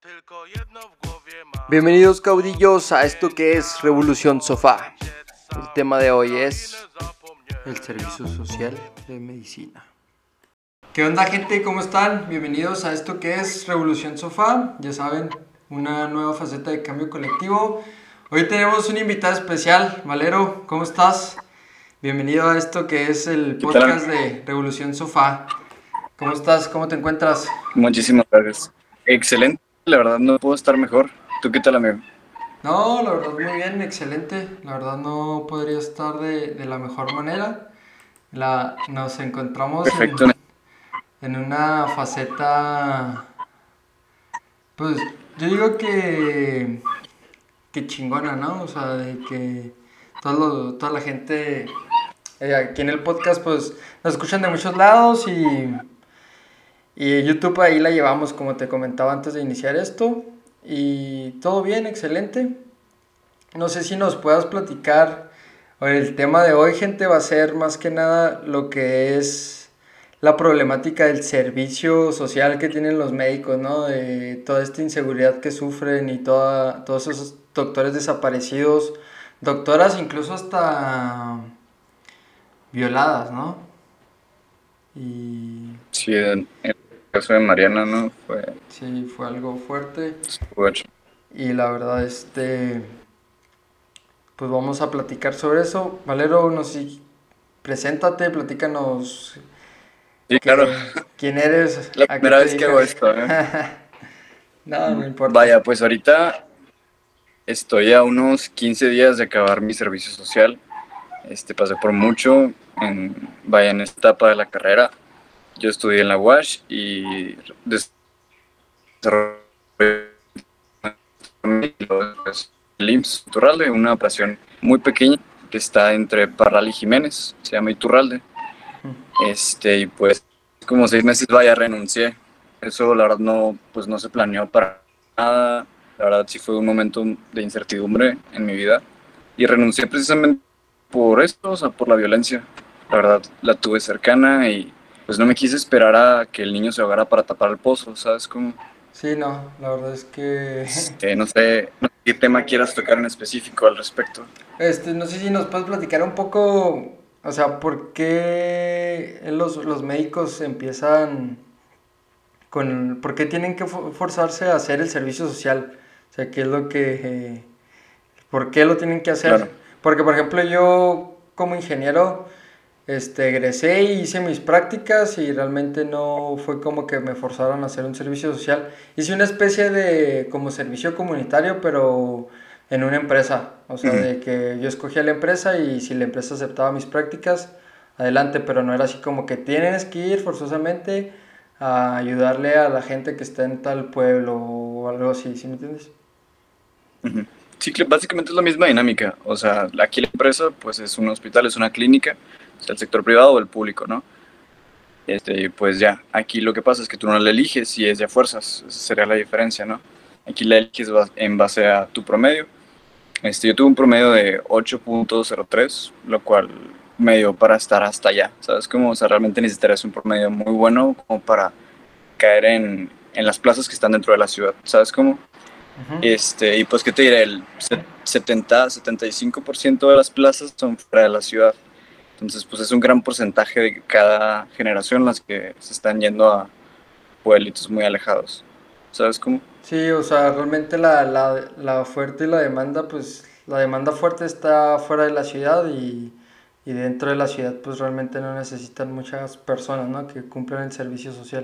Bienvenidos caudillos a esto que es Revolución Sofá. El tema de hoy es el servicio social de medicina. ¿Qué onda, gente? ¿Cómo están? Bienvenidos a esto que es Revolución Sofá. Ya saben, una nueva faceta de cambio colectivo. Hoy tenemos un invitado especial. Valero, ¿cómo estás? Bienvenido a esto que es el podcast de Revolución Sofá. ¿Cómo estás? ¿Cómo te encuentras? Muchísimas gracias. Excelente, la verdad no puedo estar mejor. ¿Tú qué tal, amigo? No, la verdad muy bien, excelente. La verdad no podría estar de la mejor manera. Nos encontramos Perfecto. en una faceta, pues yo digo que chingona, ¿no? O sea, de que toda la gente aquí en el podcast pues nos escuchan de muchos lados y YouTube ahí la llevamos, como te comentaba antes de iniciar esto. Y todo bien, excelente. No sé si nos puedas platicar. El tema de hoy, gente, va a ser más que nada lo que es la problemática del servicio social que tienen los médicos, ¿no? De toda esta inseguridad que sufren y todos esos doctores desaparecidos, doctoras incluso hasta violadas, ¿no? Y Sí, en el caso de Mariana, ¿no? sí, fue algo fuerte. Estuvo hecho. Y la verdad, pues vamos a platicar sobre eso. Valero, no sé, preséntate, platícanos Sí, claro. quién eres, La a qué primera te vez que hago dedicas. esto, ¿eh? No importa. Vaya, pues ahorita estoy a unos 15 días de acabar mi servicio social. Pasé por mucho en esta etapa de la carrera. Yo estudié en la UASH y desarrollé el IMSS Iturralde, una operación muy pequeña que está entre Parral y Jiménez, se llama Iturralde. Y pues como 6 meses vaya renuncié. Eso la verdad no, pues no se planeó para nada. La verdad sí fue un momento de incertidumbre en mi vida y renuncié precisamente por esto, o sea, por la violencia. La verdad la tuve cercana y pues no me quise esperar a que el niño se ahogara para tapar el pozo, ¿sabes cómo? Sí, no, la verdad es que No sé qué tema quieras tocar en específico al respecto. no sé si nos puedes platicar un poco, o sea, por qué los médicos empiezan por qué tienen que forzarse a hacer el servicio social, o sea, qué es lo que ¿por qué lo tienen que hacer? Claro. Porque, por ejemplo, yo como ingeniero, egresé y hice mis prácticas y realmente no fue como que me forzaron a hacer un servicio social. Hice una especie de como servicio comunitario, pero en una empresa. O sea, Ujú. de que yo escogía la empresa y si la empresa aceptaba mis prácticas, adelante, pero no era así como que tienes que ir forzosamente a ayudarle a la gente que está en tal pueblo o algo así, ¿sí me entiendes? Ujú. Sí, básicamente es la misma dinámica. O sea, aquí la empresa, pues es un hospital, es una clínica, o sea, el sector privado o el público, ¿no? Pues ya, aquí lo que pasa es que tú no la eliges y es de a fuerzas, esa sería la diferencia, ¿no? Aquí la eliges en base a tu promedio. Yo tuve un promedio de 8.03, lo cual me dio para estar hasta allá, ¿sabes? Como, o sea, realmente necesitarías un promedio muy bueno como para caer en las plazas que están dentro de la ciudad, ¿sabes cómo? Ujú. Y pues, ¿qué te diré? El 75% de las plazas son fuera de la ciudad. Entonces, pues es un gran porcentaje de cada generación las que se están yendo a pueblitos muy alejados. ¿Sabes cómo? Sí, o sea, realmente la oferta y la demanda, pues la demanda fuerte está fuera de la ciudad y dentro de la ciudad, pues realmente no necesitan muchas personas, ¿no? Que cumplan el servicio social.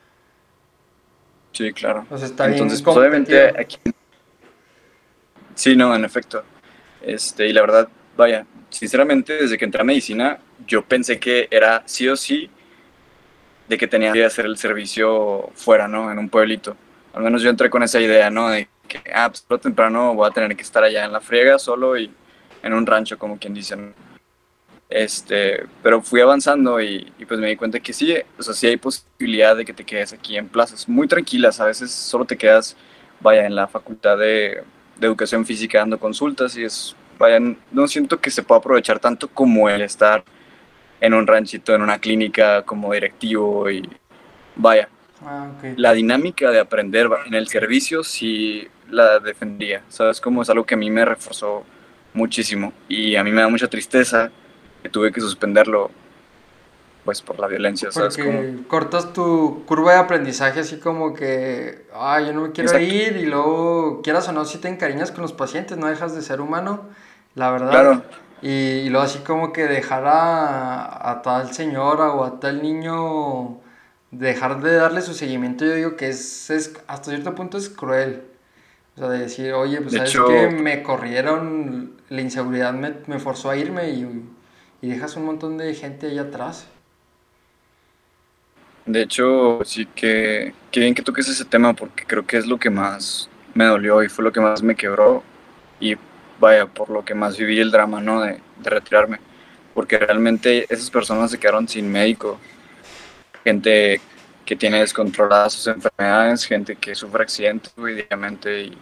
Sí, claro. O sea, está bien Entonces, pues obviamente competido. aquí... Sí, no, en efecto. Y la verdad, vaya, sinceramente, desde que entré a medicina, yo pensé que era sí o sí de que tenía que hacer el servicio fuera, ¿no? En un pueblito. Al menos yo entré con esa idea, ¿no? De que, pues por temprano voy a tener que estar allá en la friega solo y en un rancho, como quien dice, ¿no? Pero fui avanzando y pues me di cuenta que sí, o sea, sí hay posibilidad de que te quedes aquí en plazas muy tranquilas. A veces solo te quedas, vaya, en la facultad de educación física dando consultas y vaya, no siento que se pueda aprovechar tanto como el estar en un ranchito, en una clínica como directivo y vaya. Ah, ok. La dinámica de aprender en el servicio sí la defendía, ¿sabes? Como es algo que a mí me reforzó muchísimo y a mí me da mucha tristeza que tuve que suspenderlo pues por la violencia, ¿sabes? Como, Porque cortas tu curva de aprendizaje así como que, yo no me quiero exacto, ir y luego, quieras o no, si te encariñas con los pacientes, no dejas de ser humano, la verdad. claro, Y luego así como que dejar a tal señora o a tal niño, dejar de darle su seguimiento, yo digo que hasta cierto punto es cruel. O sea, de decir, oye, pues de sabes que hecho, me corrieron, la inseguridad me forzó a irme y dejas un montón de gente ahí atrás. de hecho, sí que, qué bien que toques ese tema porque creo que es lo que más me dolió y fue lo que más me quebró y vaya, por lo que más viví el drama, ¿no? De retirarme, porque realmente esas personas se quedaron sin médico, gente que tiene descontroladas sus enfermedades, gente que sufre accidentes güey, diariamente y,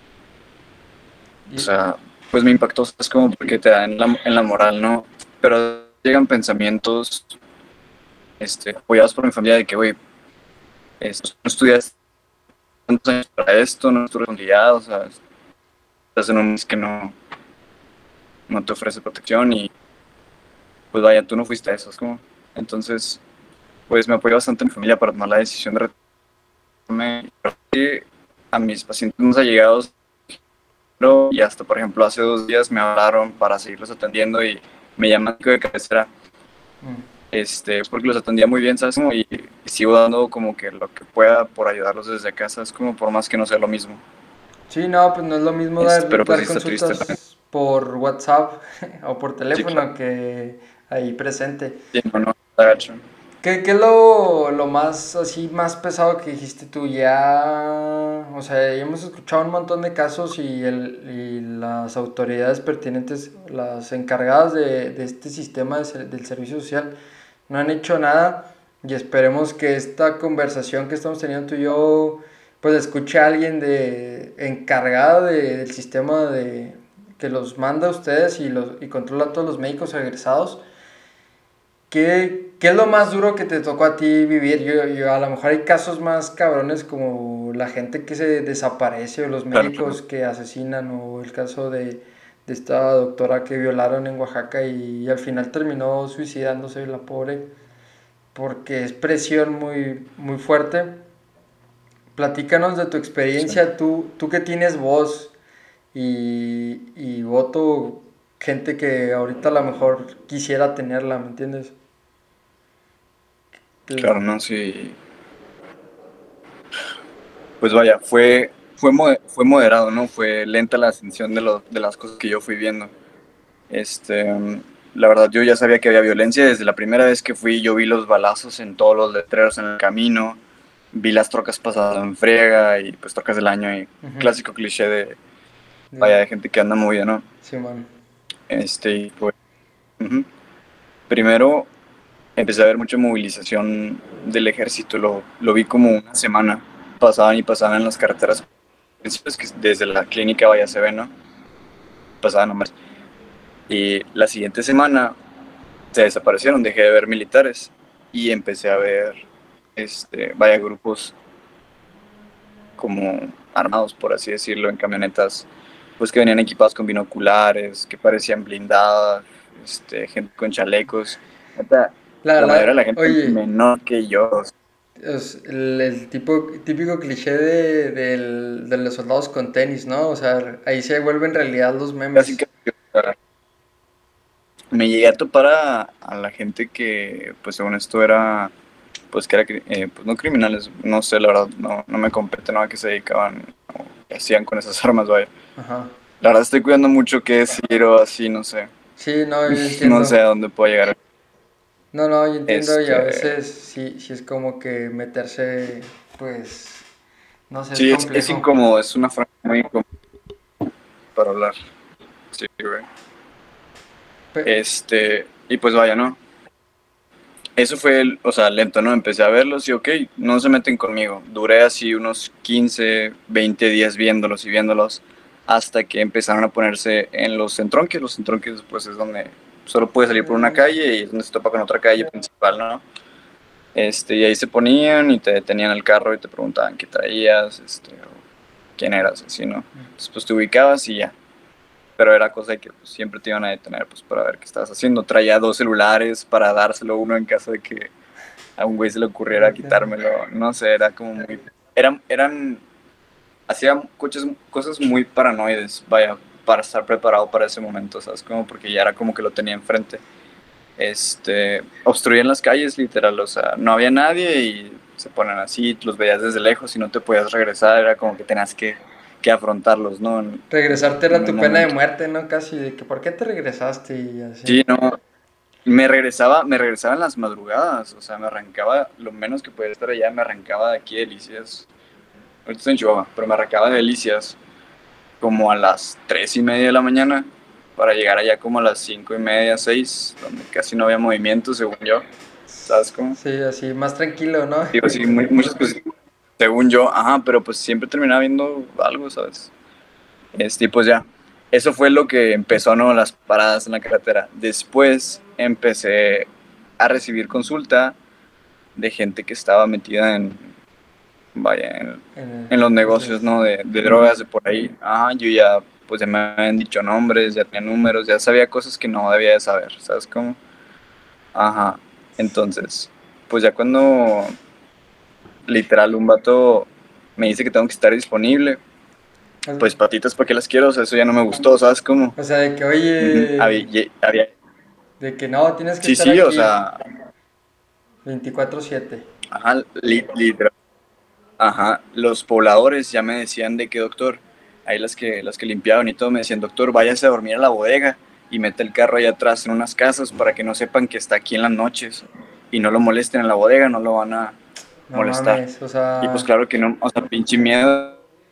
o Y, sea, pues me impactó, es como porque te da en la moral, ¿no? Pero llegan pensamientos apoyados por mi familia de que, güey, no estudias tantos años para esto, no es tu responsabilidad, o sea, estás en un país que no te ofrece protección y pues vaya, tú no fuiste a eso, es como, entonces, pues me apoyó bastante mi familia para tomar la decisión de retirarme y a mis pacientes más allegados y hasta, por ejemplo, hace 2 días me hablaron para seguirlos atendiendo y me llaman de cabecera, mm. porque los atendía muy bien, ¿sabes? Y sigo dando como que lo que pueda por ayudarlos desde casa, es como por más que no sea lo mismo. Sí, no, pues no es lo mismo dar, Pero pues dar sí está triste, consultas por WhatsApp o por sí, claro, teléfono que ahí presente. sí, no, está gacho. ¿Qué es lo más así, más pesado que dijiste tú? Ya, o sea, ya hemos escuchado un montón de casos y las autoridades pertinentes, las encargadas de este sistema del servicio social, no han hecho nada y esperemos que esta conversación que estamos teniendo tú y yo, pues escuche a alguien encargado del sistema que los manda a ustedes y controla a todos los médicos egresados. ¿Qué es lo más duro que te tocó a ti vivir? A lo mejor hay casos más cabrones como la gente que se desaparece o los Claro, claro. médicos que asesinan o el caso de esta doctora que violaron en Oaxaca y al final terminó suicidándose la pobre porque es presión muy, muy fuerte. Platícanos de tu Sí. experiencia, tú que tienes voz y voto, gente que ahorita a lo mejor quisiera tenerla, ¿me entiendes? Claro, no, sí. Pues vaya, fue moderado, ¿no? Fue lenta la ascensión de las cosas que yo fui viendo. Este, la verdad, yo ya sabía que había violencia. Desde la primera vez que fui, yo vi los balazos en todos los letreros en el camino. Vi las trocas pasadas en friega y pues trocas del año y Ujú. clásico cliché vaya, de gente que anda movida, ¿no? Simón. Y pues, ujú. Primero empecé a ver mucha movilización del ejército, lo vi como una semana, pasaban y pasaban en las carreteras principales que desde la clínica Vaya se ve, ¿no? Pasaban nomás. Y la siguiente semana se desaparecieron, dejé de ver militares y empecé a ver, vaya, grupos como armados, por así decirlo, en camionetas, pues que venían equipados con binoculares, que parecían blindadas, gente con chalecos. Neta, la mayoría de la gente Oye, menor que yo. el típico cliché de los soldados con tenis, ¿no? O sea, ahí se vuelven realidad los Casi memes. que me llegué a topar a la gente que, pues según esto era, pues que era, pues no criminales, no sé, la verdad, no me compete nada que se dedicaban o que hacían con esas armas, vaya. Ajá. La verdad estoy cuidando mucho qué decir o así, no sé. Sí, no, yo No sé a entiendo. dónde puedo llegar. No, no, yo entiendo y a Este, veces sí es como que meterse, pues, no sé, es sí, es complejo. incómodo, es una frase muy incómoda para hablar. Sí, güey. Pe- Y pues vaya, ¿no? Eso fue, o sea, lento, ¿no? Empecé a verlos y, ok, no se meten conmigo. Duré así unos 15, 20 días viéndolos y viéndolos hasta que empezaron a ponerse en los entronques. Los entronques, pues, es donde solo puedes salir por una calle y es donde se topa con otra calle principal, ¿no? Y ahí se ponían y te detenían el carro y te preguntaban qué traías, o quién eras, así, ¿no? Entonces, pues te ubicabas y ya. Pero era cosa de que pues, siempre te iban a detener, pues, para ver qué estabas haciendo. Traía 2 celulares para dárselo uno en caso de que a un güey se le ocurriera quitármelo. No sé, era como muy... Eran hacían cosas muy paranoides, vaya, para estar preparado para ese momento, ¿sabes? Como porque ya era como que lo tenía enfrente. Obstruían las calles, literal, o sea, no había nadie y se ponen así, los veías desde lejos y no te podías regresar, era como que tenías que afrontarlos, ¿no? Regresarte era En un tu pena de momento. muerte, ¿no? Casi, de que ¿por qué te regresaste? Y así. Sí, no, me regresaba en las madrugadas, o sea, me arrancaba, lo menos que podía estar allá, me arrancaba de aquí de Delicias, ahorita estoy en Chihuahua, pero me arrancaba de Delicias como a las 3:30 de la mañana para llegar allá como a las 5:30, 6, donde casi no había movimiento, según yo. ¿Sabes cómo? Sí, así, más tranquilo, ¿no? Digo, sí, muchas cosas, según yo, ajá, pero pues siempre terminaba viendo algo, ¿sabes? Y pues ya, eso fue lo que empezó, ¿no? Las paradas en la carretera. Después empecé a recibir consulta de gente que estaba metida vaya, en los negocios, Entonces, ¿no? De drogas, de por ahí. Ajá, yo ya, pues ya me habían dicho nombres, ya tenía números, ya sabía cosas que no debía de saber, ¿sabes cómo? Ajá, entonces, pues ya cuando literal un vato me dice que tengo que estar disponible, pues patitas, ¿para qué las quiero? O sea, eso ya no me gustó, ¿sabes cómo? o sea, de que, Ujú, oye, había, de que no, tienes que sí, estar sí, o aquí sea, 24/7. ajá, literal. Ajá, los pobladores ya me decían de que, doctor, ahí las que limpiaban y todo me decían, doctor, váyase a dormir a la bodega y mete el carro allá atrás en unas casas para que no sepan que está aquí en las noches y no lo molesten en la bodega, no lo van a No molestar. mames, Y pues claro que no, o sea, pinche miedo,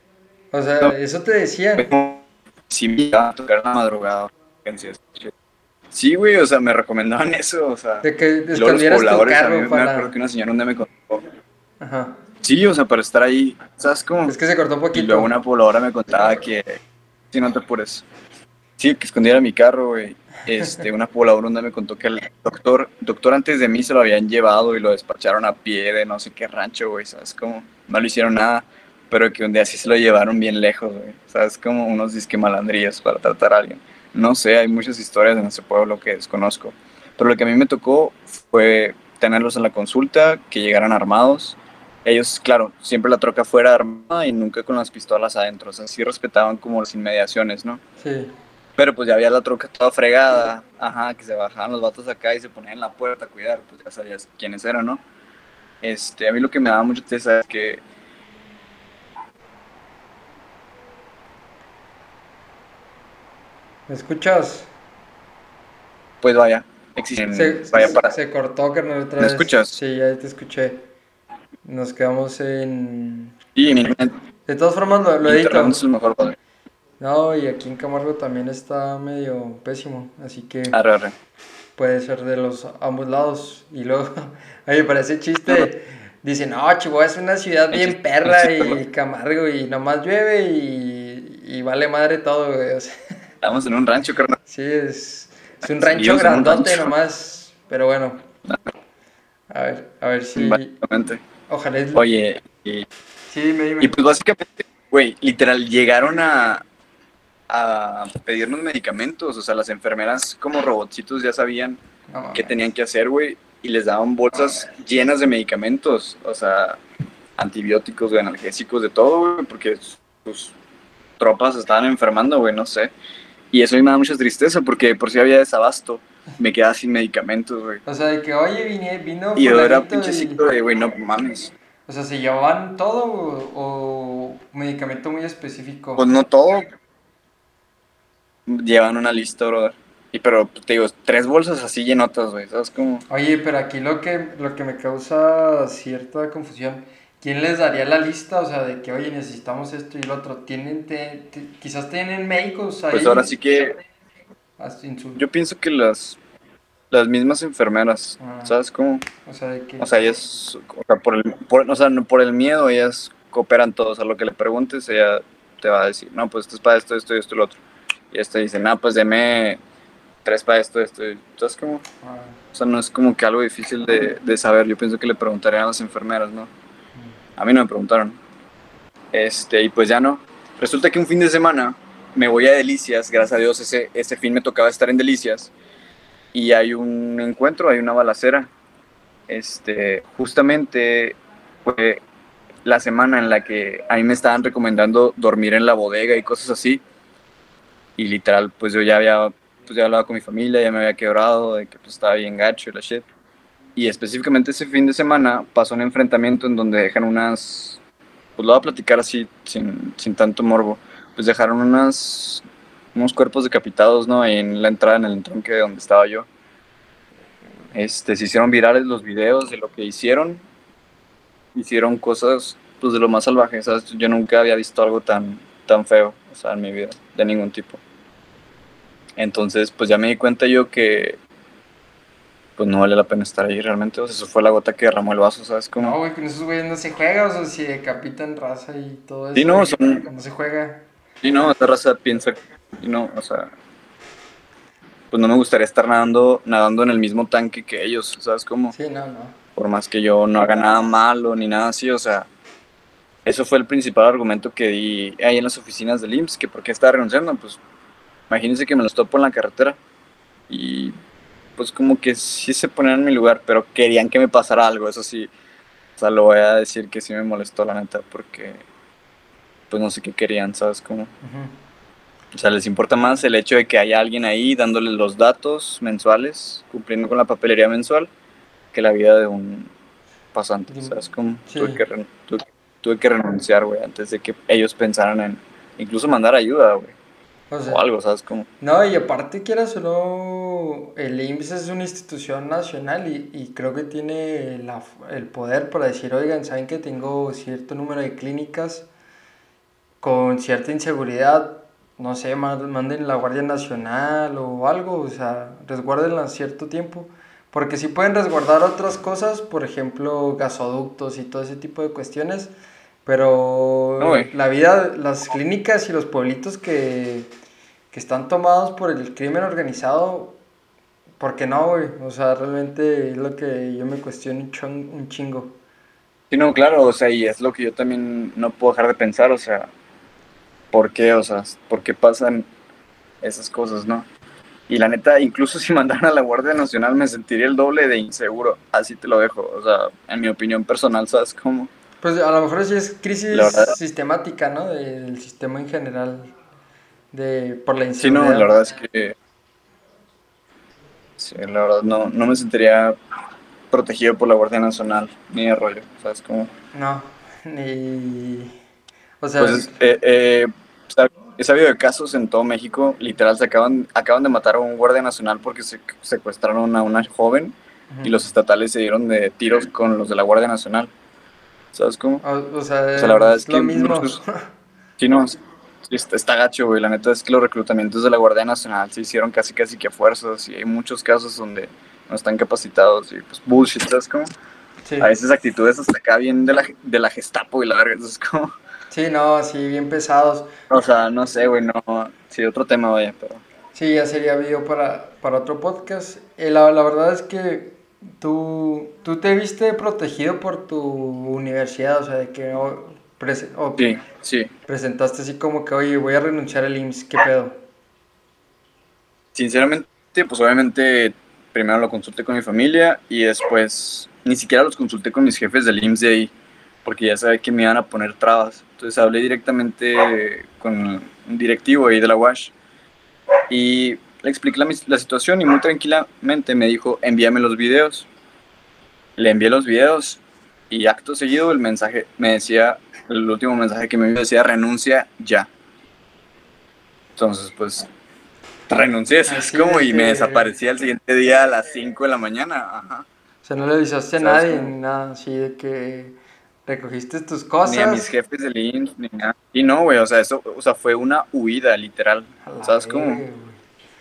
eso te decían, si me iba a tocar en la madrugada. Sí, güey, o sea, me recomendaban eso, o sea, de que y luego los escondieras tu pobladores, a mí carro me acuerdo que para... una señora un día me contó, Ajá, sí, o sea, para estar ahí, ¿sabes cómo? es que se cortó un Y luego poquito. una pobladora me contaba que, si no te apures, sí, que escondiera mi carro, güey. Una pobladora me contó que el doctor antes de mí se lo habían llevado y lo despacharon a pie de no sé qué rancho, güey, ¿sabes cómo? No le hicieron nada, pero que un día sí se lo llevaron bien lejos, güey, ¿sabes? Como unos disque malandrillos para tratar a alguien. No sé, hay muchas historias en ese pueblo que desconozco. Pero lo que a mí me tocó fue tenerlos en la consulta, que llegaran armados. Ellos, claro, siempre la troca fuera armada y nunca con las pistolas adentro. O sea, sí respetaban como las inmediaciones, ¿no? Sí. Pero pues ya había la troca toda fregada, ajá, que se bajaban los vatos acá y se ponían en la puerta a cuidar, pues ya sabías quiénes eran, ¿no? A mí lo que me daba mucho tristeza es que, ¿Me escuchas? pues vaya, existen, vaya para... Se cortó, carnal, otra ¿Me vez. escuchas? Sí, ya te escuché. Nos quedamos en... Sí, mi De todas formas, lo internet no edito. es el mejor, padre. No, y aquí en Camargo también está medio pésimo, así que Arre, arre. puede ser de los ambos lados. Y luego, oye, para ese chiste, dicen, no, Chihuahua es una ciudad El bien chiste no es perra cierto, y Camargo y nomás llueve y vale madre todo, güey. O sea, estamos en un rancho, carnal. sí, es un rancho Seguimos en un grandote rancho, nomás, pero bueno, a ver si, básicamente. ojalá es... Oye, Sí, dime, y dime. pues básicamente, güey, literal, llegaron a pedirnos medicamentos, o sea, las enfermeras como robotcitos ya sabían No qué tenían mames. que hacer, güey, y les daban bolsas llenas de medicamentos, o sea, antibióticos, güey, analgésicos, de todo, güey, porque sus tropas se estaban enfermando, güey, no sé. Y eso a mí me da mucha tristeza porque por si había desabasto, me quedaba sin medicamentos, güey. O sea, de que, oye, vino Y yo era fulanito pinche y... ciclo de, güey, no mames. O sea, ¿se llevaban todo o medicamento muy específico? Pues no todo, llevan una lista, brother. Pero te digo, 3 bolsas así llenotas, güey, ¿sabes cómo? Oye, pero aquí lo que me causa cierta confusión, ¿quién les daría la lista? O sea, de que, oye, necesitamos esto y lo otro. Quizás tienen médicos Pues ahora ahí sí que en su... yo pienso que las mismas enfermeras, Ah, ¿sabes cómo? o sea, de que... O sea, ellas, o sea, o sea, no por el miedo, ellas cooperan todos. A lo que le preguntes, ella te va a decir, no, pues esto es para esto, esto y esto y lo otro. Y este dice, no, pues deme traes para esto, ¿sabes cómo? Ah, O sea, no es como que algo difícil de saber. Yo pienso que le preguntarían a las enfermeras, ¿no? A mí no me preguntaron. Y pues ya no. Resulta que un fin de semana me voy a Delicias, gracias a Dios ese fin me tocaba estar en Delicias, y hay un encuentro, hay una balacera. Justamente fue la semana en la que a mí me estaban recomendando dormir en la bodega y cosas así, y literal, pues yo ya hablaba con mi familia, ya me había quebrado, de que pues estaba bien gacho y la shit. Y específicamente ese fin de semana pasó un enfrentamiento en donde dejan pues lo voy a platicar así, sin tanto morbo, pues dejaron unos cuerpos decapitados, ¿no? Ahí en la entrada, en el entronque de donde estaba yo. Se hicieron virales los videos de lo que hicieron cosas, pues de lo más salvaje, ¿sabes? Yo nunca había visto algo tan feo, o sea, en mi vida, de ningún tipo. Entonces, pues ya me di cuenta yo que, pues no vale la pena estar ahí realmente, o sea, eso fue la gota que derramó el vaso, ¿sabes no, cómo? güey, con esos güeyes no se juega, o sea, si decapitan raza y todo Sí, eso, no, no se juega. sí, no, esa raza piensa, y no, o sea, pues no me gustaría estar nadando en el mismo tanque que ellos, ¿sabes cómo? Sí, no, no. Por más que yo no haga nada malo ni nada así, o sea, eso fue el principal argumento que di ahí en las oficinas del IMSS, que por qué estaba renunciando, pues imagínense que me los topo en la carretera y pues como que sí se ponían en mi lugar, pero querían que me pasara algo, eso sí, o sea, lo voy a decir que sí me molestó la neta, porque pues no sé qué querían, ¿sabes cómo? Ujú. O sea, les importa más el hecho de que haya alguien ahí dándoles los datos mensuales, cumpliendo con la papelería mensual, que la vida de un pasante, ¿sabes cómo? Sí. Tuve que renunciar, güey, antes de que ellos pensaran en incluso mandar ayuda, güey, O o sea, algo, ¿sabes cómo? no, y aparte quieras o no, el IMSS es una institución nacional y creo que tiene el poder para decir, oigan, saben que tengo cierto número de clínicas con cierta inseguridad, no sé, manden la Guardia Nacional o algo, o sea, resguárdenla cierto tiempo. Porque sí pueden resguardar otras cosas, por ejemplo, gasoductos y todo ese tipo de cuestiones, No, pero güey. la vida, las clínicas y los pueblitos que están tomados por el crimen organizado, ¿por qué no, güey? O sea, realmente es lo que yo me cuestiono un chingo. Sí, no, claro, o sea, y es lo que yo también no puedo dejar de pensar, o sea, ¿por qué? O sea, ¿por qué pasan esas cosas, no? Y la neta, incluso si mandaran a la Guardia Nacional me sentiría el doble de inseguro, así te lo dejo, o sea, en mi opinión personal, ¿sabes cómo? Pues a lo mejor sí es La crisis verdad, sistemática, ¿no? Del sistema en general, por la sí, no, la inseguridad. verdad es que, sí, la verdad, no me sentiría protegido por la Guardia Nacional, ni de rollo, ¿sabes cómo? No, ni... O Pues sea, he sabido de casos en todo México, literal, acaban de matar a un guardia nacional porque secuestraron a una joven y ujú. los estatales se dieron de tiros con los de la Guardia Nacional, ¿sabes cómo? O O sea, sea, la verdad es es lo que mismo. muchos, sí, no, sí, está gacho, güey, la neta es que los reclutamientos de la Guardia Nacional se hicieron casi que a fuerzas y hay muchos casos donde no están capacitados y pues bullshit, ¿sabes cómo? A Sí, veces actitudes hasta acá bien de la Gestapo y la verga, ¿sabes cómo? sí, no, sí, bien pesados. O sea, no sé, güey, no. Sí, otro tema, vaya, pero. Sí, ya sería video para otro podcast. La verdad es que tú te viste protegido por tu universidad, o sea, de que o Sí, sí. presentaste así como que, oye, voy a renunciar al IMSS, ¿qué pedo? Sinceramente, pues obviamente primero lo consulté con mi familia y después ni siquiera los consulté con mis jefes del IMSS de ahí, porque ya sabía que me iban a poner trabas. Entonces hablé directamente con un directivo ahí de la UASH y le expliqué la situación y muy tranquilamente me dijo, envíame los videos. Le envié los videos y acto seguido el mensaje me decía, el último mensaje que me envió decía renuncia ya. Entonces, pues renuncié, ¿sabes Así cómo? de Y me que, desaparecí al siguiente día a las 5 de la mañana. Ajá. o sea, no le avisaste a ¿Sabes nadie cómo? ni nada, así de que recogiste tus Ni a mis cosas jefes del IMSS, ni nada. Y no, güey, o sea, eso, o sea, fue una huida, literal. a la ¿Sabes cómo? verga, güey.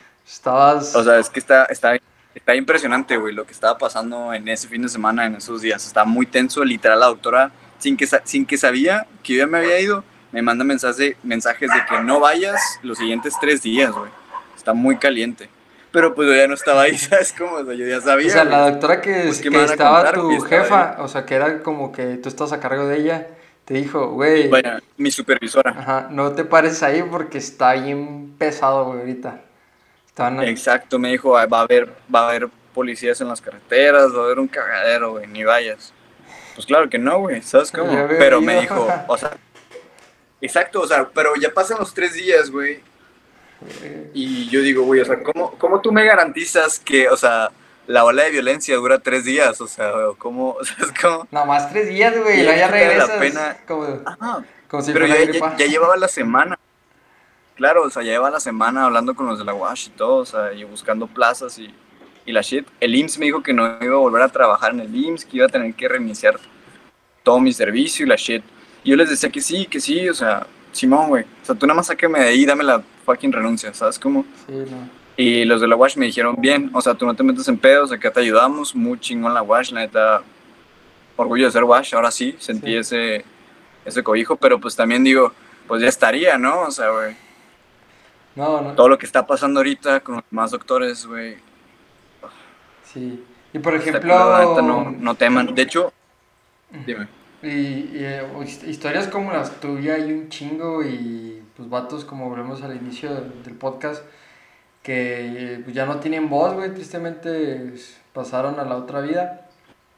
O Estabas, sea, es que está impresionante, güey, lo que estaba pasando en ese fin de semana, en esos días. Está muy tenso, literal, la doctora, sin que sabía que yo ya me había ido, me manda mensajes de que no vayas los siguientes 3 días, güey. Está muy caliente. Pero pues yo ya no estaba ahí, ¿sabes cómo? O sea, yo ya O sabía, sea, la güey. doctora Pues, ¿qué me que van a estaba contar, güey? tu Estaba ahí. jefa, o sea, que era como que tú estás a cargo de ella, te dijo, Y güey, vaya, mi supervisora. ajá, no te pares ahí porque está bien pesado, güey, ahorita. Estaban, Exacto, me dijo, "Ah, va a haber policías en las carreteras, va a haber un cagadero, güey, ni vayas". Pues claro que no, güey, ¿sabes yo cómo? había Pero me ido. dijo, o sea, exacto, o sea, pero ya pasan los 3 días, güey. Y yo digo, güey, o sea, ¿cómo tú me garantizas que, o sea, la ola de violencia dura 3 días? O sea, ¿cómo? O sea, es como, Nada más 3 días, güey, y y luego ya ya quítale la regresas pena. Ajá, como si pero fuera ya, ya, gripa. ya llevaba la semana. Claro, o sea, ya lleva la semana hablando con los de la UASH y todo, o sea, y buscando plazas y la shit. El IMSS me dijo que no iba a volver a trabajar en el IMSS, que iba a tener que reiniciar todo mi servicio y la shit. Y yo les decía que sí, o sea, Simón, güey. O sea, tú nada más sáqueme de ahí, dame la fucking renuncia, ¿sabes cómo? Sí, no. Y los de la WASH me dijeron, bien, o sea, tú no te metes en pedos, acá te ayudamos, muy chingón la WASH, la neta, orgullo de ser WASH, ahora sí, Sí. sentí ese cobijo, pero pues también digo, pues ya estaría, ¿no? O sea, güey, No, no. todo lo que está pasando ahorita con los demás doctores, güey, Sí. Y por está culero, la neta, ejemplo, no teman. De hecho, dime. historias como las tuyas hay un chingo y pues vatos como volvemos al inicio del podcast que pues, ya no tienen voz, güey, tristemente pasaron a la otra vida.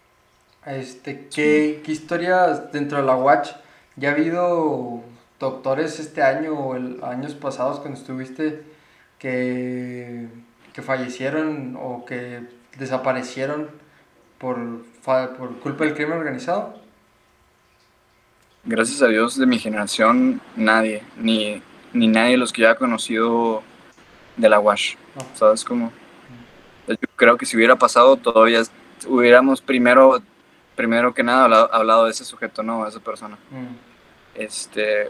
Sí. ¿Qué historias dentro de la Watch? ¿Ya ha habido doctores este año o años pasados cuando estuviste que, que fallecieron o que desaparecieron por, por culpa del crimen organizado? Gracias a Dios de mi generación, nadie, ni nadie de los que ya he conocido de la WASH, No. ¿sabes cómo? Yo creo que si hubiera pasado, todavía hubiéramos primero que nada hablado de ese sujeto, no, de esa persona. Mm. Este,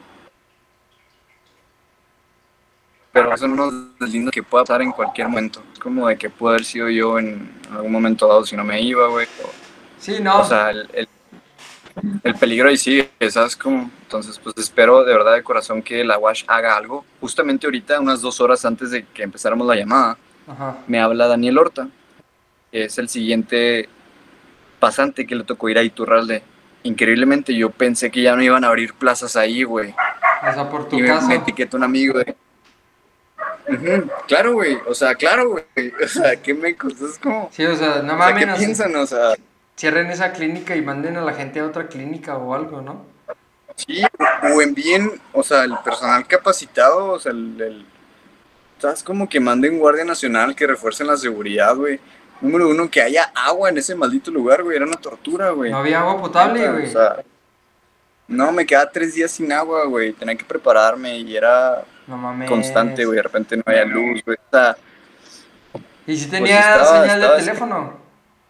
pero eso no es lindo que pueda pasar en cualquier momento. Es como de que pudo haber sido yo en algún momento dado si no me iba, güey. Sí, O no. sea, el peligro ahí sigue, ¿sabes cómo? Entonces, pues espero de verdad de corazón que la WASH haga algo. Justamente ahorita, unas 2 horas antes de que empezáramos la llamada, Ajá. me habla Daniel Horta, que es el siguiente pasante que le tocó ir a Iturralde. Increíblemente yo pensé que ya no iban a abrir plazas ahí, güey. O sea, por Y tu me caso. etiquetó un amigo de... "Ujú, claro, güey. O sea, claro, güey. O sea, ¿qué me cosas como... Sí, o sea, no O sea, ¿qué mames, piensan? O sea, cierren esa clínica y manden a la gente a otra clínica o algo, ¿no? sí, o envíen, o sea, el personal capacitado, o sea, ¿sabes? Como que manden Guardia Nacional, que refuercen la seguridad, güey. Número uno, que haya agua en ese maldito lugar, güey. Era una tortura, No güey. había agua potable, Neta, o güey. sea, no, me quedaba 3 días sin agua, güey. Tenía que prepararme y era No constante, mames. güey. De repente no había luz, güey. O sea, ¿Y si pues tenía estaba, señal de estaba, teléfono?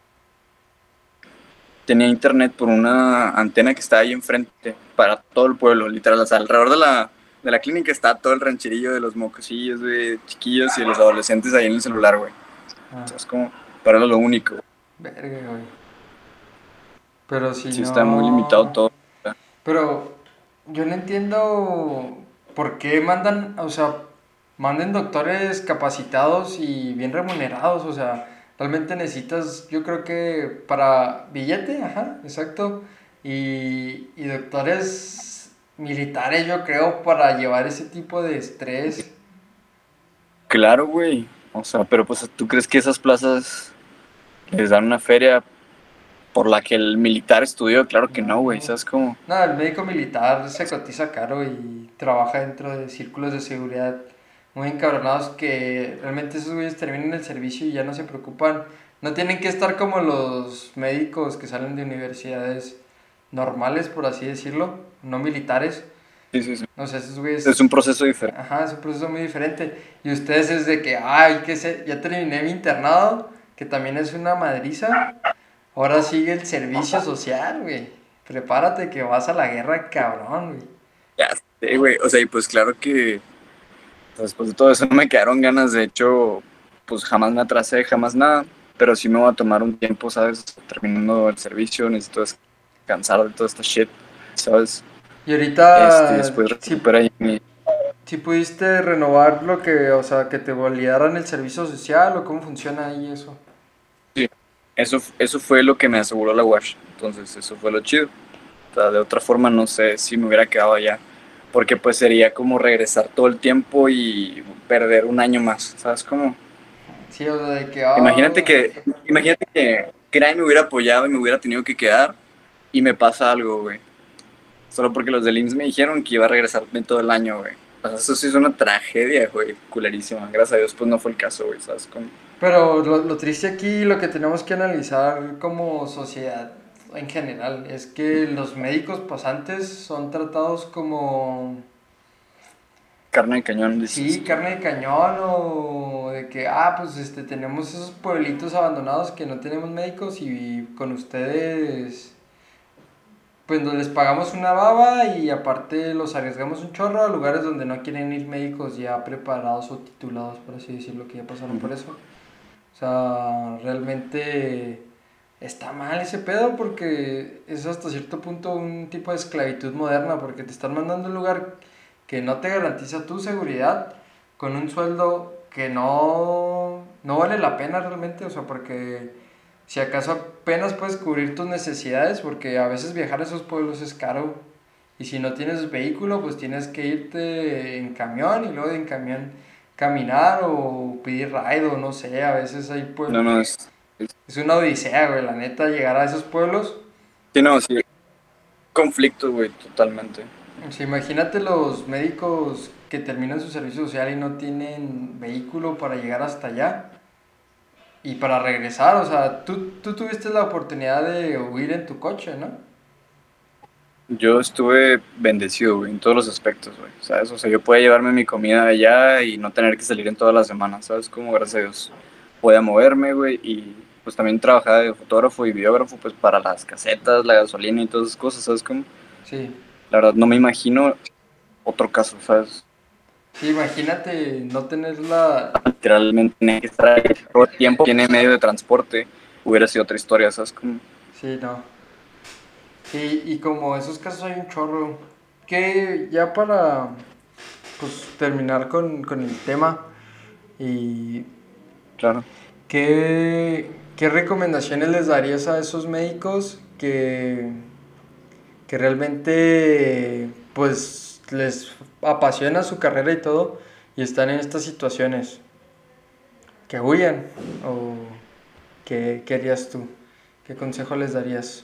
tenía internet por una antena que estaba ahí enfrente para todo el pueblo, literal. O sea, alrededor de la clínica está todo el rancherillo de los mocosillos, güey, chiquillos y de los adolescentes ahí en el celular, güey. O Ah, sea, es como, para lo único. verga, güey. Pero si Sí, está muy limitado no. todo. Pero yo no entiendo por qué mandan, o sea, manden doctores capacitados y bien remunerados, o sea, realmente necesitas, yo creo que para billete, ajá, exacto, y doctores militares, yo creo, para llevar ese tipo de estrés. Claro, güey. O sea, pero pues, ¿tú crees que esas plazas les dan una feria por la que el militar estudió? Claro que no, güey. No, ¿Sabes cómo? no, el médico militar se cotiza caro y trabaja dentro de círculos de seguridad muy encabronados que realmente esos güeyes terminan el servicio y ya no se preocupan. No tienen que estar como los médicos que salen de universidades normales, por así decirlo, no militares. Sí, sí, sí. O sea, esos Es güeyes, un proceso diferente. ajá, es un proceso muy diferente. Y ustedes es de que, ay, que sé, ya terminé mi internado, que también es una madriza. Ahora sigue el servicio social, güey. Prepárate que vas a la guerra, cabrón, güey. Ya sé, güey. O sea, y pues claro que después de todo eso no me quedaron ganas. De hecho, pues jamás me atrasé, jamás nada. Pero sí me voy a tomar un tiempo, ¿sabes? Terminando el servicio, necesito descansar de toda esta shit, ¿sabes? Y Y ahorita, después sí, recuperar ahí mi... ¿Si pudiste renovar lo que, o sea, que te validaran el servicio social o cómo funciona ahí eso? Sí, eso fue lo que me aseguró la WASH, entonces eso fue lo chido. O sea, de otra forma no sé si me hubiera quedado allá, porque pues sería como regresar todo el tiempo y perder un año más, ¿sabes cómo? Sí, o sea, de que, Imagínate que, imagínate que nadie me hubiera apoyado y me hubiera tenido que quedar y me pasa algo, güey. Solo porque los del IMSS me dijeron que iba a regresarme todo el año, güey. O sea, eso sí es una tragedia, güey, culerísima. Gracias a Dios, pues no fue el caso, güey, ¿sabes cómo? Pero lo triste aquí, lo que tenemos que analizar como sociedad en general, es que los médicos pasantes son tratados como, Carne de cañón, dices sí, tú. carne de cañón o de que, pues tenemos esos pueblitos abandonados que no tenemos médicos y con ustedes, pues les pagamos una baba y aparte los arriesgamos un chorro a lugares donde no quieren ir médicos ya preparados o titulados, por así decirlo, que ya pasaron por Ujú. eso. O sea, realmente está mal ese pedo porque es hasta cierto punto un tipo de esclavitud moderna porque te están mandando a un lugar que no te garantiza tu seguridad con un sueldo que no vale la pena realmente, o sea, porque si acaso apenas puedes cubrir tus necesidades porque a veces viajar a esos pueblos es caro y si no tienes vehículo pues tienes que irte en camión y luego de en camión caminar o pedir ride o no sé, a veces hay No, no, es una odisea, güey, la neta, llegar a esos pueblos. sí, no, sí, conflicto, güey, totalmente. O sea, imagínate los médicos que terminan su servicio social y no tienen vehículo para llegar hasta allá y para regresar. O sea, tú tuviste la oportunidad de huir en tu coche, ¿no? Yo estuve bendecido, güey, en todos los aspectos, güey, ¿sabes? O sea, yo podía llevarme mi comida allá y no tener que salir en todas las semanas, ¿sabes? Como gracias a Dios podía moverme, güey, y pues también trabajaba de fotógrafo y videógrafo, pues para las casetas, la gasolina y todas esas cosas, ¿sabes? Como, Sí. la verdad, no me imagino otro caso, ¿sabes? Sí, imagínate no tener la... Literalmente tenía que estar ahí todo el tiempo, tiene medio de transporte, hubiera sido otra historia, ¿sabes? Como, Sí, no. Y como esos casos hay un chorro. Que ya para pues terminar con el tema y claro. ¿qué recomendaciones les darías a esos médicos que realmente pues les apasiona su carrera y todo y están en estas situaciones? ¿Que huyan? ¿O qué harías tú? ¿Qué consejo les darías?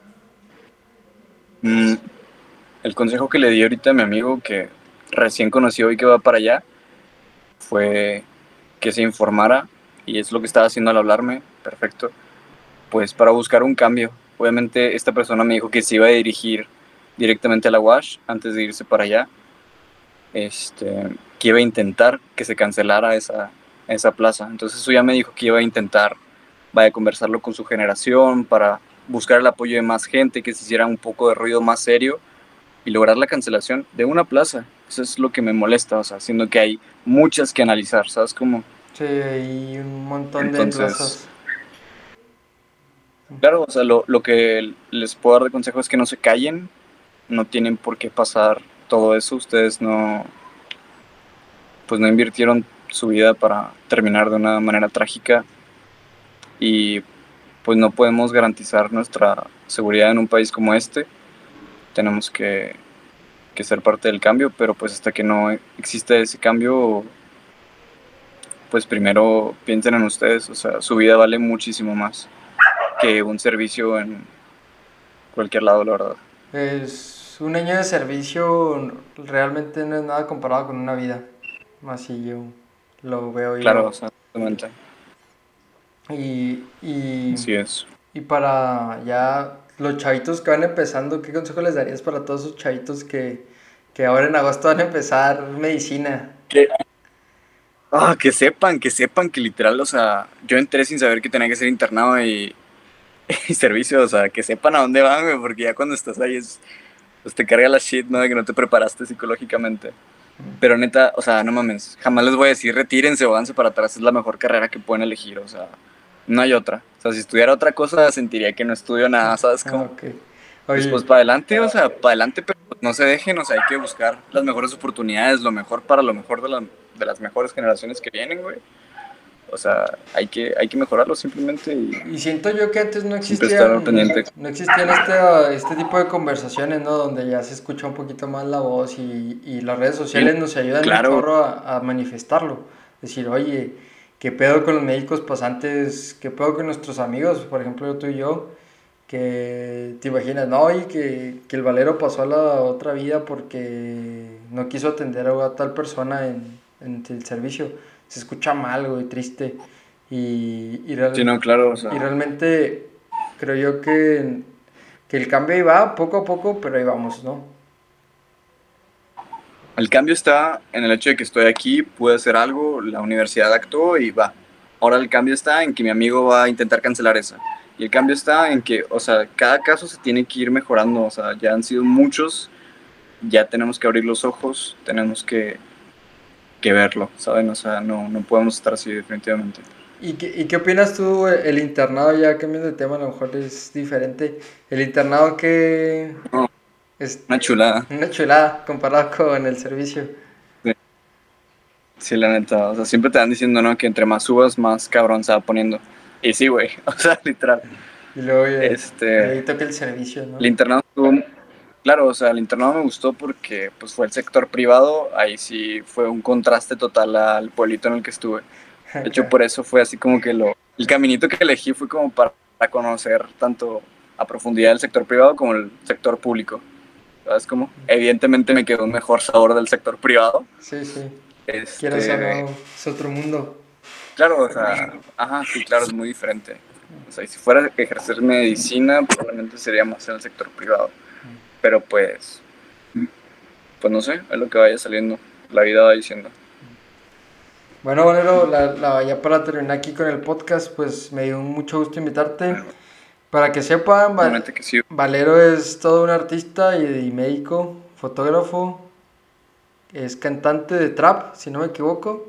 Mm, el consejo que le di ahorita a mi amigo que recién conoció y que va para allá fue que se informara, y es lo que estaba haciendo al hablarme, perfecto, pues para buscar un cambio. Obviamente esta persona me dijo que se iba a dirigir directamente a la UASH antes de irse para allá, que iba a intentar que se cancelara esa plaza. Entonces eso ya me dijo que iba a intentar, vaya a conversarlo con su generación para buscar el apoyo de más gente, que se hiciera un poco de ruido más serio y lograr la cancelación de una plaza. Eso es lo que me molesta, o sea, siendo que hay muchas que analizar, ¿sabes cómo? Sí, hay un montón de Entonces, plazas. claro, o sea, lo que les puedo dar de consejo es que no se callen, no tienen por qué pasar todo eso, ustedes no, pues no invirtieron su vida para terminar de una manera trágica y pues no podemos garantizar nuestra seguridad en un país como este, tenemos que ser parte del cambio, pero pues hasta que no exista ese cambio, pues primero piensen en ustedes, o sea, su vida vale muchísimo más que un servicio en cualquier lado, la verdad. Es un año de servicio realmente no es nada comparado con una vida. Así yo lo veo Claro, yo. o sea, totalmente. Y, y, Así es. y para ya los chavitos que van empezando, ¿qué consejo les darías para todos esos chavitos que ahora en agosto van a empezar medicina? Que, que sepan que literal, o sea, yo entré sin saber que tenía que ser internado y servicio, o sea, que sepan a dónde van, güey, porque ya cuando estás ahí pues te carga la shit, ¿no? De que no te preparaste psicológicamente. Pero neta, o sea, no mames, jamás les voy a decir retírense o háganse para atrás, es la mejor carrera que pueden elegir, o sea, no hay otra. O sea, si estudiara otra cosa sentiría que no estudio nada, ¿sabes Ah, cómo? ok. Oye, pues para adelante, o sea, para adelante, pero no se dejen, o sea, hay que buscar las mejores oportunidades, lo mejor para lo mejor de las mejores generaciones que vienen, güey. O sea, hay que mejorarlo simplemente y y siento yo que antes siempre estar al pendiente. no existían este tipo de conversaciones, ¿no? Donde ya se escucha un poquito más la voz y las redes Sí, sociales nos ayudan un claro, chorro a manifestarlo. Decir, oye, ¿qué pedo con los médicos pasantes? ¿Qué pedo con nuestros amigos? Por ejemplo, tú y yo, que te imaginas, no, y que el Valero pasó a la otra vida porque no quiso atender a tal persona en el servicio. Se escucha mal, güey, triste. sí, no, claro, o sea, Y realmente creo yo que el cambio ahí va poco a poco, pero ahí vamos, ¿no? el cambio está en el hecho de que estoy aquí, pude hacer algo, la universidad actuó y va. Ahora el cambio está en que mi amigo va a intentar cancelar eso. Y el cambio está en que, o sea, cada caso se tiene que ir mejorando, o sea, ya han sido muchos, ya tenemos que abrir los ojos, tenemos que verlo, ¿saben? O sea, no podemos estar así definitivamente. Y qué opinas tú, el internado, ya cambiando de tema, a lo mejor es diferente. El internado que No, es una chulada. una chulada comparado con el servicio. Sí, sí, la neta, o sea, siempre te van diciendo, ¿no? Que entre más subas, más cabrón se va poniendo. Y sí, güey, o sea, literal. Y luego y ahí Este, toca el servicio, el ¿no? internado estuvo, claro, o sea, el internado me gustó porque pues fue el sector privado, ahí sí fue un contraste total al pueblito en el que estuve. De hecho, Acá. por eso fue así como que el caminito que elegí fue como para conocer tanto a profundidad el sector privado como el sector público. ¿Sabes cómo? Evidentemente me quedó un mejor sabor del sector privado. Sí, sí. Quieras o Este, no, es otro mundo. claro, o sea, ajá, sí, claro, es muy diferente. O sea, y si fuera a ejercer medicina, probablemente sería más en el sector privado. Pero pues no sé, es lo que vaya saliendo. La vida va diciendo. Bueno, Valero, ya para terminar aquí con el podcast, pues me dio mucho gusto invitarte. Para que sepan, Realmente que sí. Valero es todo un artista y médico, fotógrafo, es cantante de trap, si no me equivoco,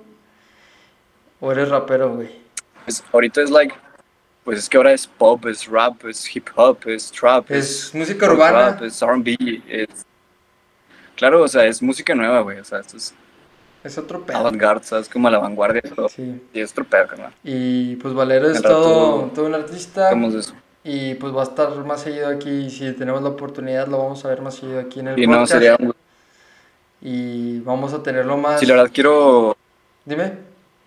o eres rapero, güey. Pues ahorita es like, pues es que ahora es pop, es rap, es hip hop, es trap, Es es música folk rap, urbana, es R&B, es... Claro, o sea, es música nueva, güey, o sea, esto es es otro pedo. avant-garde, ¿sabes? Como la vanguardia de todo. Sí. Y es otro pedo, carnal. Y pues Valero Al es rato todo un artista tocamos de eso. y pues va a estar más seguido aquí. Si tenemos la oportunidad, lo vamos a ver más seguido aquí en el Y no, podcast sería... y vamos a tenerlo Sí, la más. verdad, Dime.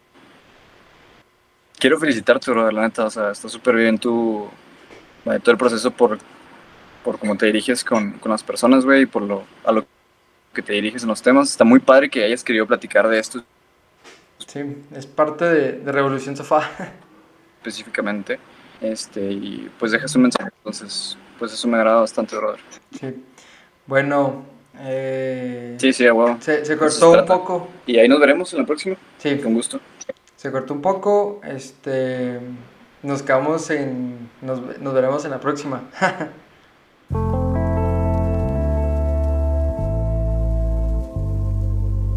quiero felicitarte, bro, la neta, o sea, está súper bien todo el proceso por cómo te diriges con las personas, güey, y a lo que te diriges en los temas. Está muy padre que hayas querido platicar de esto Sí, es parte de Revolución Sofá. específicamente. Y pues dejas un mensaje, entonces, pues eso me agrada bastante, brother. Sí. Bueno, Sí, sí, a huevo. se De eso cortó se un trata. poco. Y ahí nos veremos en la próxima. Con Sí, gusto. se cortó un poco. Nos quedamos nos veremos en la próxima.